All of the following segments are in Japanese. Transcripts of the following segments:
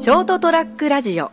ショートトラックラジオ。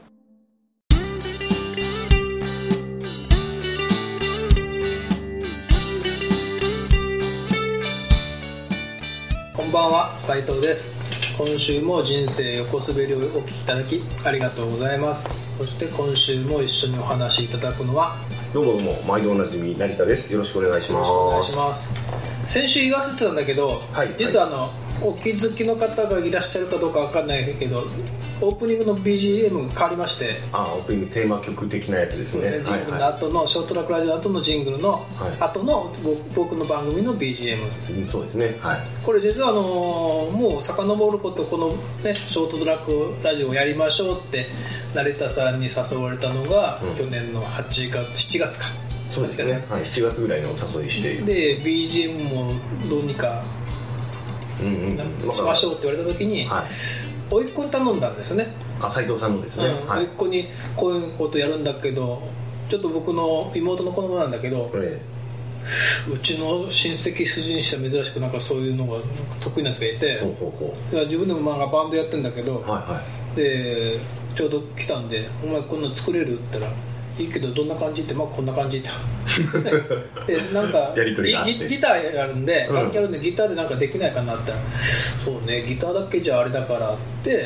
こんばんは、斉藤です。今週も人生横滑りをお聞きいただきありがとうございます。そして今週も一緒にお話しいただくのはどうも毎度おなじみ成田です。よろしくお願いします。 よろしくお願いします。先週言わせてたんだけど、実はお気づきの方がいらっしゃるかどうかわかんないけど、オープニングの BGM が変わりまして、 オープニングテーマ曲的なやつですね。 ジングルの後の、ショートラックラジオの後のジングルの後の僕の番組の BGM、 そうですね、 これ実はもう遡ることこの、ね、ショートトラックラジオをやりましょうって成田さんに誘われたのが、去年の7月か。 そうですね、7月ぐらいのお誘いしてで BGM もどうにかしましょうって言われた時に、甥っ子に頼んだんですよね。 斉藤さんのですね、 甥っ子にこういうことやるんだけど、ちょっと僕の妹の子供なんだけど、うちの親戚筋にしては珍しくなんかそういうのが得意なやつがいて、自分でもバンドやってるんだけど、でちょうど来たんで、お前こんなの作れるって言ったら、いいけどどんな感じって、こんな感じってでなんかやり取りがあってギターやるんで、楽器やるんで、ギターでなんかできないかなって言ったら、そうね、ギターだけじゃあれだからって、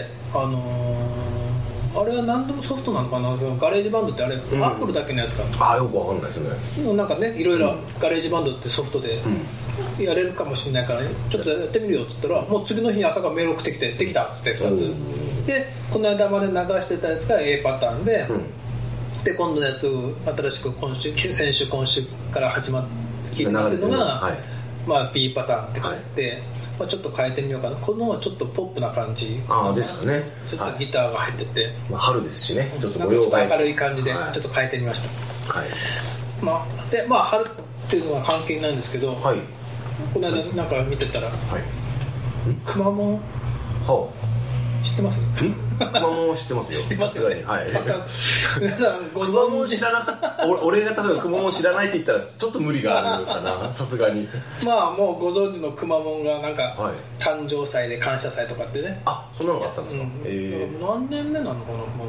あれは何でもソフトなのかな、ガレージバンドってあれ、アップルだけのやつかな。 よくわかんないですね。 なんかね、いろいろガレージバンドってソフトでやれるかもしれないから、ちょっとやってみるよって言ったら、もう次の日に朝からメール送ってきて、できたっつって2つで、この間まで流してたやつが A パターンで、で今度のやつ新しく先週今週から始まって聞いてもらってるのが、B パターンって書いて、ちょっと変えてみようかな。このちょっとポップな感じですかね。 ちょっとギターが入ってて、 春ですしね、ちょっとなんかちょっと明るい感じでちょっと変えてみました。で春っていうのは関係ないんですけど、この間なんか見てたら、くまモン知ってます？ くまモン知ってますよ。 知ってますよね。皆さんご存知？ くまモン知らなかった。俺が例えばくまモン知らないって言ったらちょっと無理があるかな、さすがに。 もうご存知のくまモンがなんか、誕生祭で感謝祭とかってね。 そんなのがあったんですか。 何年目なのかな、くまモンって。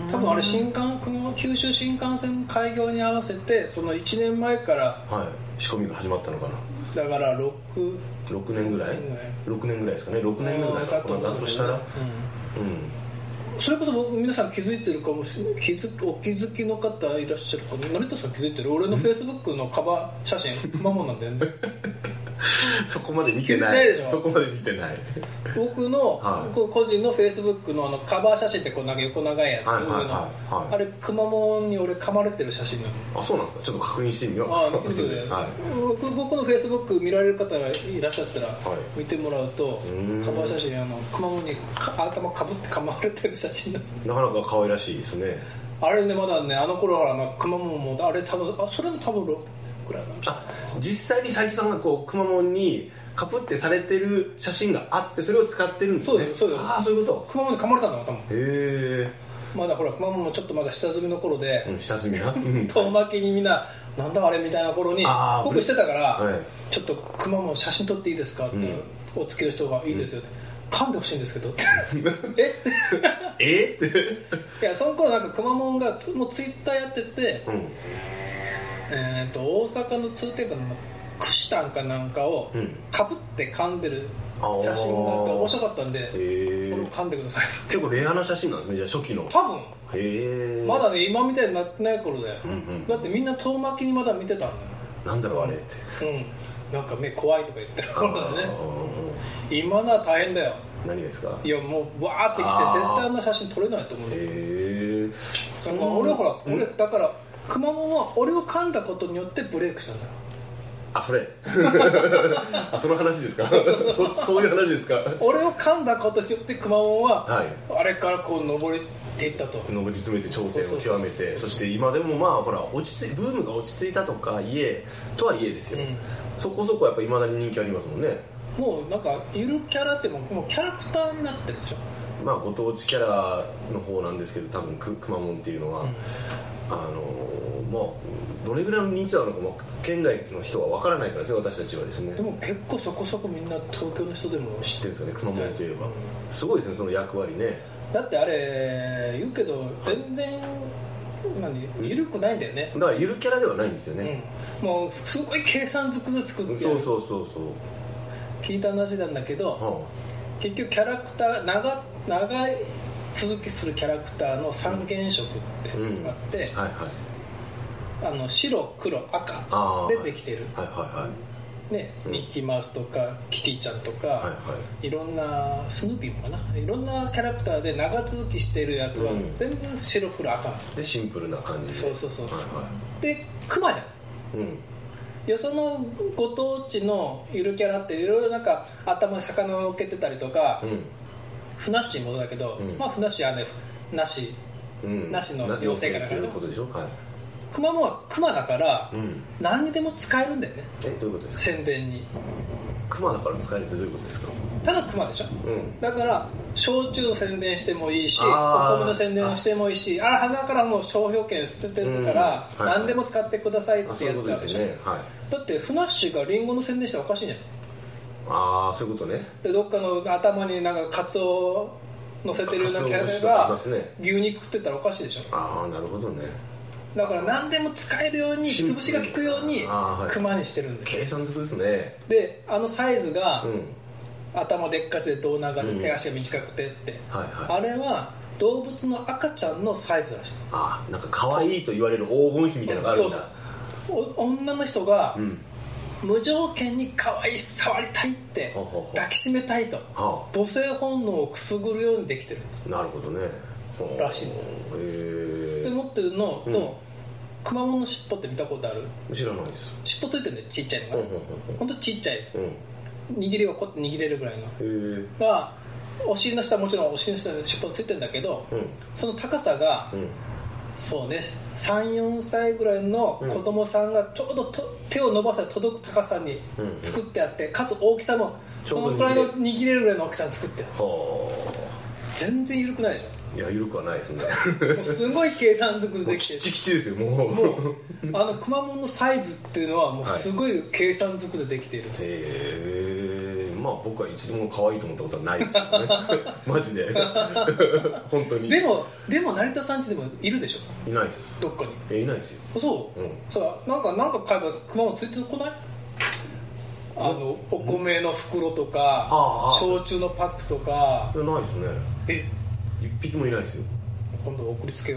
多分あれ九州新幹線開業に合わせて、その1年前から、 仕込みが始まったのかな。 だから6 年ぐらいですかね。6年目ぐらいだとしたら、それこそ皆さん気づいてるかもしれない。お気づきの方いらっしゃるかな。成田さん気づいてる？俺のフェイスブックのカバー写真くまモンなんだよね。 そこまで見てない。そこまで見てない。 僕の、個人のフェイスブックのカバー写真ってなんか横長いやつ、あれくまモンに俺噛まれてる写真なの。 そうなんですか。ちょっと確認してみよう。 見てみてください。僕のフェイスブック見られる方がいらっしゃったら、見てもらうと、カバー写真くまモンに頭かぶって噛まれてる写真なかなか可愛らしいですね。 あれね、まだね、あの頃はくまモンもあれ多分それも多分6くらいなんだ。 実際に斉藤さんがくまモンにカプってされてる写真があって、それを使ってるんですね。 そうよ。 そういうこと。 くまモンに噛まれたんだよ多分。まだほらくまモンもちょっとまだ下積みの頃で、 下積みな遠巻きにみんななんだあれみたいな頃に僕してたから、ちょっとくまモン写真撮っていいですかってお付き合いの人がいいですよって、噛んでほしいんですけどってっていや、その頃なんかくまモンがもうツイッターやってて、大阪の通天閣のクシタンかなんかをかぶって噛んでる写真があって面白かったんで、これを噛んでください。 結構レアな写真なんですね。じゃあ初期の多分まだね、今みたいになってない頃で、だってみんな遠巻きにまだ見てたんだよ。 なんだろうあれって、 なんか目怖いとか言ってる頃だね。今のは大変だよ。 何ですか。 いやもうわーってきて絶対あんな写真撮れないと思うんだけど、俺ほら、俺だからくまモンは俺を噛んだことによってブレイクしたんだよ。 それその話ですか。そういう話ですか。 俺を噛んだことによってくまモンは、あれからこう登っていったと。 登り詰めて頂点を極めて、そして今でもほらブームが落ち着いたとはいえですよ、そこそこやっぱ未だに人気ありますもんね。 もうなんかゆるキャラってもうキャラクターになってるでしょ。 ご当地キャラの方なんですけど、多分くまモンっていうのは、 まあどれぐらいの認知度なのか、まあ、県外の人は分からないからですね、私たちはですね。 でも結構そこそこみんな東京の人でも知ってるんですよね、熊本といえば、すごいですね、その役割ね。 だってあれ言うけど全然緩くないんだよね。 だからゆるキャラではないんですよね、 もうすごい計算づくで作ってそう聞いた話なんだけど、結局キャラクター長い続きするキャラクターの三原色ってあって、白黒赤でできてる、ね、ミッキーマウスとかキティちゃんとか、いろんなスヌーピーもかな、いろんなキャラクターで長続きしてるやつは全部白黒赤でシンプルな感じで、 そう、でクマじゃん、よそのご当地のゆるキャラっていろいろなんか頭に魚を乗っけてたりとか、ふなっしーもだけど、まあふなっしーはねなしの妖精からでしょ。クマもクマだから、何にでも使えるんだよね。 どういうことですか？ 宣伝に。 クマだから使えるってどういうことですか？ ただクマでしょ、だから焼酎の宣伝してもいいし、お米の宣伝をしてもいいし、鼻からもう商標権捨ててるから、何でも使ってくださいってやつなんでしょ。だってふなっしーがリンゴの宣伝したらおかしいんじゃない？ そういうことね。 でどっかの頭になんかカツオ乗せてるようなキャラが牛肉食ってたらおかしいでしょ。 なるほどね。 だから何でも使えるように潰しが効くようにクマにしてるんです。 計算づくですね。 でサイズが、頭でっかちで胴長で手足が短くてって、あれは動物の赤ちゃんのサイズらしい。 なんか可愛いと言われる黄金比みたいなのがあるんだ。 女の人が、無条件に可愛い触りたいって抱きしめたいと、母性本能をくすぐるようにできてる。 なるほどね。 らしいの。で持ってるのと、クマモンの尻尾って見たことある？ 知らないです。 尻尾ついてるんだよ、ちっちゃいのが、ほんとちっちゃい、握りがこうやって握れるぐらいのが、お尻の下はもちろんお尻の下に尻尾ついてるんだけど、その高さが、そうね、3、4歳ぐらいの子供さんがちょうど手を伸ばしたら届く高さに作ってあって、かつ大きさもそのくらいの握れるぐらいの大きさに作ってる。全然緩くないでしょ。 いや、緩くはないですね。 もうすごい計算づくでできてる。 キチキチですよ、もうくまモンのサイズっていうのはもうすごい計算づくでできている。 まあ僕は一度も可愛いと思ったことはないですけどね。マジで本当に。でも成田さんちでもいるでしょ。 いないです。 どっかに。 いないですよ。 そう、そうなんか買えばくまモンついてこない？お米の袋とか、焼酎のパックとか。 いや、ないですね。一匹もいないですよ。 今度送りつけよう。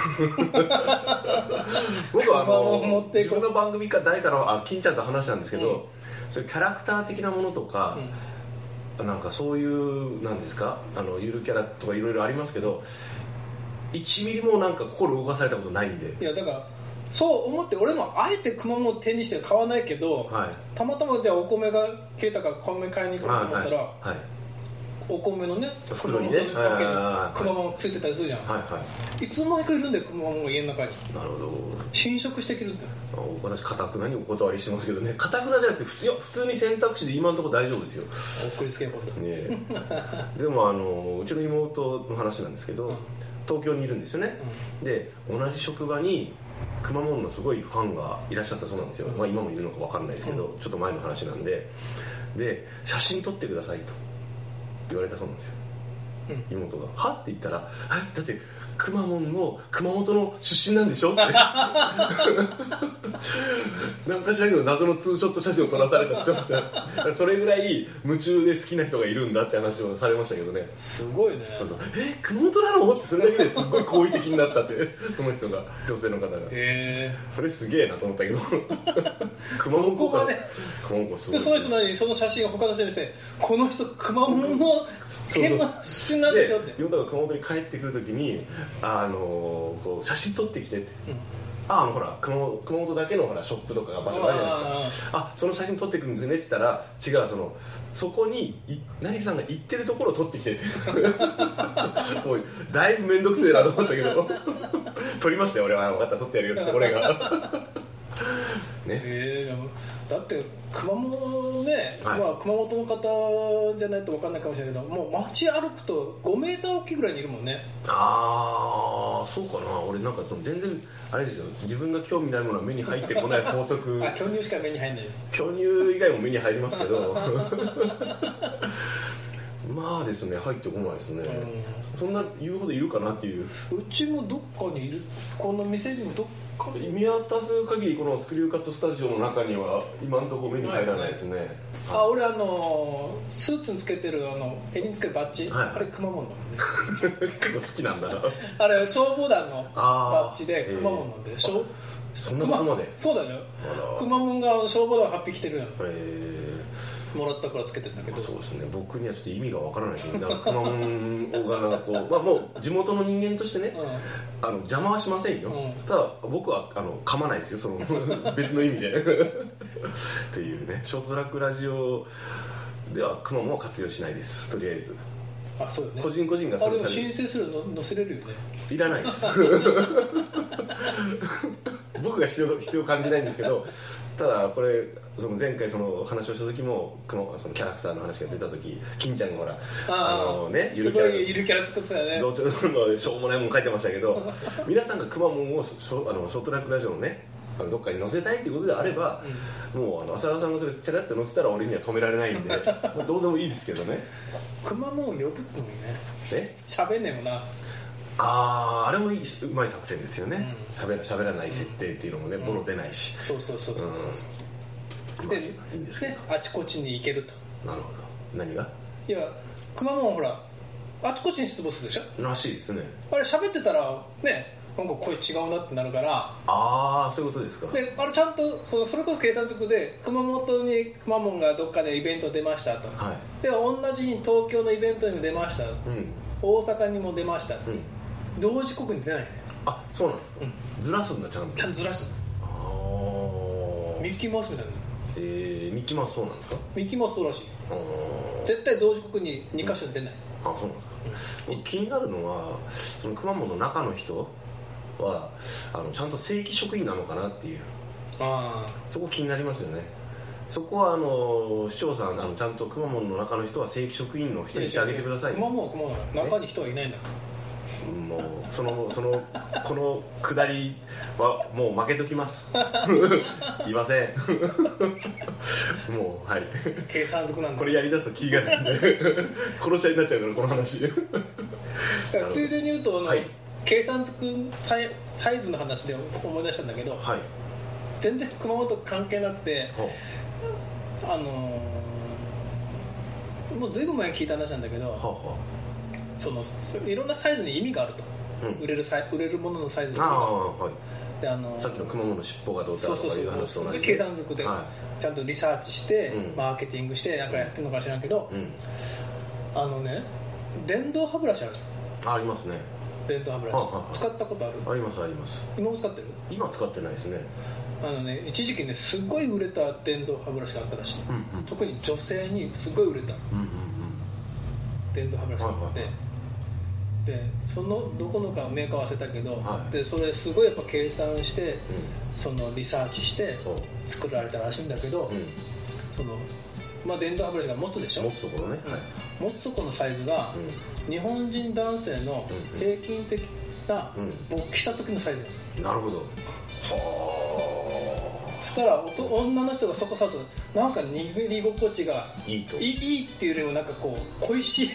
僕は自分の番組か誰かの金ちゃんと話したんですけど、そういうキャラクター的なものとか、なんかそういうなんですか、ゆるキャラとかいろいろありますけど、1ミリもなんか心動かされたことないんで。 いやだからそう思って、俺もあえてクマモンを手にして買わないけど、たまたまじゃあお米が切れたから米買いに行こうと思ったら、お米のね袋にねくまモンついてたりするじゃん。いつの間にかいるんだよ、くまモンが家の中に。なるほど。侵食してきるんだよ。 私かたくなにお断りしてますけどね。かたくなじゃなくて普通に選択肢で今のところ大丈夫ですよ。 送りつけようね。 でもうちの妹の話なんですけど、東京にいるんですよね。で同じ職場にくまモンのすごいファンがいらっしゃったそうなんですよ。まあ今もいるのか分かんないですけど、ちょっと前の話なんで、写真撮ってくださいと言われたそうなんですよ。妹がはって言ったら、だってくまモンの熊本の出身なんでしょってなんか知らんけど謎のツーショット写真を撮らされたって言ってました。それぐらい夢中で好きな人がいるんだって話をされましたけどね。 すごいね。 熊本なのってそれだけですっごい好意的になったってその人が、女性の方が。それすげえなと思ったけど熊本子かね。熊本子すごい。その人その写真を他の人にして、この人熊本の県の出身なんですよって。 妹が熊本に帰ってくるときにこう写真撮ってきてって、ほら熊本だけのほらショップとかが場所があるじゃないですか。その写真撮ってくるんですねって言ったら、違う、そこに成さんが行ってるところを撮ってきてってもうだいぶ面倒くせえなと思ったけど撮りましたよ俺は。分かった、撮ってやるよって俺がね、 だって熊本ね、 はい、 まあ、熊本の方じゃないと分かんないかもしれないけど、もう街歩くと5メーター大きいぐらいにいるもんね。 ああ、そうかな。俺なんかその全然あれですよ、自分が興味ないものは目に入ってこない法則あ、巨乳しか目に入んない。 巨乳以外も目に入りますけどまあですね、入ってこないですね、そんな言うほどいるかなっていう。 うちもどっかにいる、この店にもどっかに見渡す限りこのスクリューカットスタジオの中には今のところ目に入らないですね、 あ、俺スーツにつけてる手につけるバッジ、 はい、 あれ熊本だもんね結構好きなんだなあれ消防団のバッジで熊本なんで、 そんなとこまで。 そうだよ、熊本が消防団8匹着てるやん、もらったからつけてるんだけど。 そうですね、僕にはちょっと意味がわからないですね。だから熊本がなんかこう、まあ、もう地元の人間としてね、邪魔はしませんよ、ただ僕は噛まないですよ、その別の意味でっていうね。ショートトラックラジオでは熊本は活用しないです、とりあえず。 あ、そうよね、 個人個人がそれでも申請するの載せれるよね。いらないです僕が必要感じないんですけど、ただこれその前回その話をした時もそのキャラクターの話が出た時、金ちゃんがほらゆるキャラ作ってたよね。 しょうもないもん書いてましたけど皆さんがくまモンをショートラックラジオのね、どっかに載せたいっていうことであれば、もう浅田さんがそれチャラって載せたら俺には止められないんでどうでもいいですけどね。 くまモンを呼ぶのにね、喋んねえもんな。 あれもうまい作戦ですよね、喋らない設定っていうのもね、ボロ出ないし、 そうで、いいんですけど、あちこちに行けると。 なるほど。何が？ いや、くまモンほらあちこちに出没するでしょ。 らしいですね。 あれ喋ってたらね、なんか声違うなってなるから。 ああ、そういうことですか。 で、あれちゃんとそれこそ計算づくで、熊本にくまモンがどっかでイベント出ましたと、で同じに東京のイベントにも出ました、大阪にも出ました、同時刻に出ないね。 あ、そうなんですか、ずらすんだ、ちゃんとずらすの。ミッキーマウスみたいな。 ミッキーマウスそうなんですか。 ミッキーマウスそうらしい。絶対同時刻に2箇所出ない。 あ、そうなんですか。気になるのはそのくまモンの中の人はちゃんと正規職員なのかなっていう、そこ気になりますよね。そこは市長さんちゃんとくまモンの中の人は正規職員の人にしてあげてください。 くまモンはくまモン中に人はいないんだから。 もうこの下りはもう負けときますいませんもう、はい、 計算づくなんだ。 これやりだすとキリがないんで殺し合いになっちゃうからこの話ついでに言うと計算づくサイズの話で思い出したんだけど、全然熊本関係なくて、もうずいぶん前に聞いた話なんだけど、いろんなサイズに意味があると、売れるもののサイズに意味がある。さっきのくまモンの尻尾がどうだとかいう話と同じで計算づくでちゃんとリサーチして、マーケティングしてなんかやってるのか知らんけど、電動歯ブラシあるじゃん。 ありますね。 電動歯ブラシ使ったことある？ ありますあります。 今も使ってる？ 今使ってないですね。 一時期ねすごい売れた電動歯ブラシがあったらしい、特に女性にすごい売れた、電動歯ブラシがあって、でそのどこのかメーカー忘れたけど、でそれすごいやっぱ計算して、そのリサーチして作られたらしいんだけど、電動歯ブラシが持つでしょ。 持つところね、 持つところのサイズが、日本人男性の平均的な勃起した時のサイズ。 なるほど。 そしたら女の人がそこ触るとなんか握り心地がいいっていうよりもなんかこう恋しい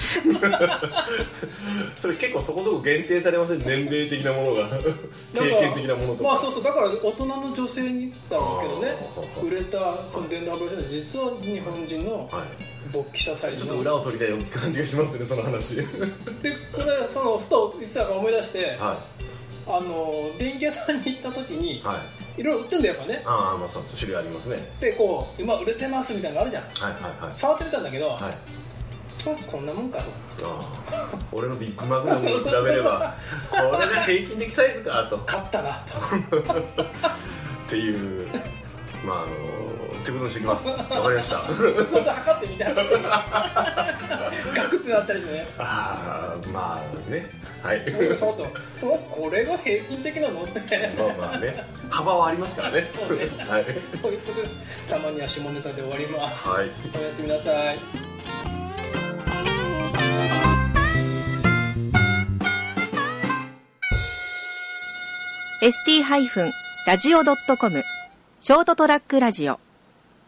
それ結構そこそこ限定されません？年齢的なものが経験的なものとか。 そうだから大人の女性にだろうけどね、売れたその電動歯ブラシは実は日本人の勃起したサイズの、 ちょっと裏を取りたい感じがしますね、その話でこれふといつだか思い出して、電気屋さんに行った時に、いろいろ売ってんだよやっぱね。 そう種類ありますね。 で今売れてますみたいなのあるじゃん。触ってみたんだけど、こんなもんかと。 俺のビッグマグナムに比べればこれが平均的サイズかと。 勝ったなとっていうってことにしておきます。わかりました。 また測ってみてガクってなったりしてね。 まあね、 はいそうともうこれが平均的なのってまあね幅はありますからねそうねはいということです。たまには下ネタで終わります、 はい、 おやすみなさい。 ST-radio.com ショートトラックラジオ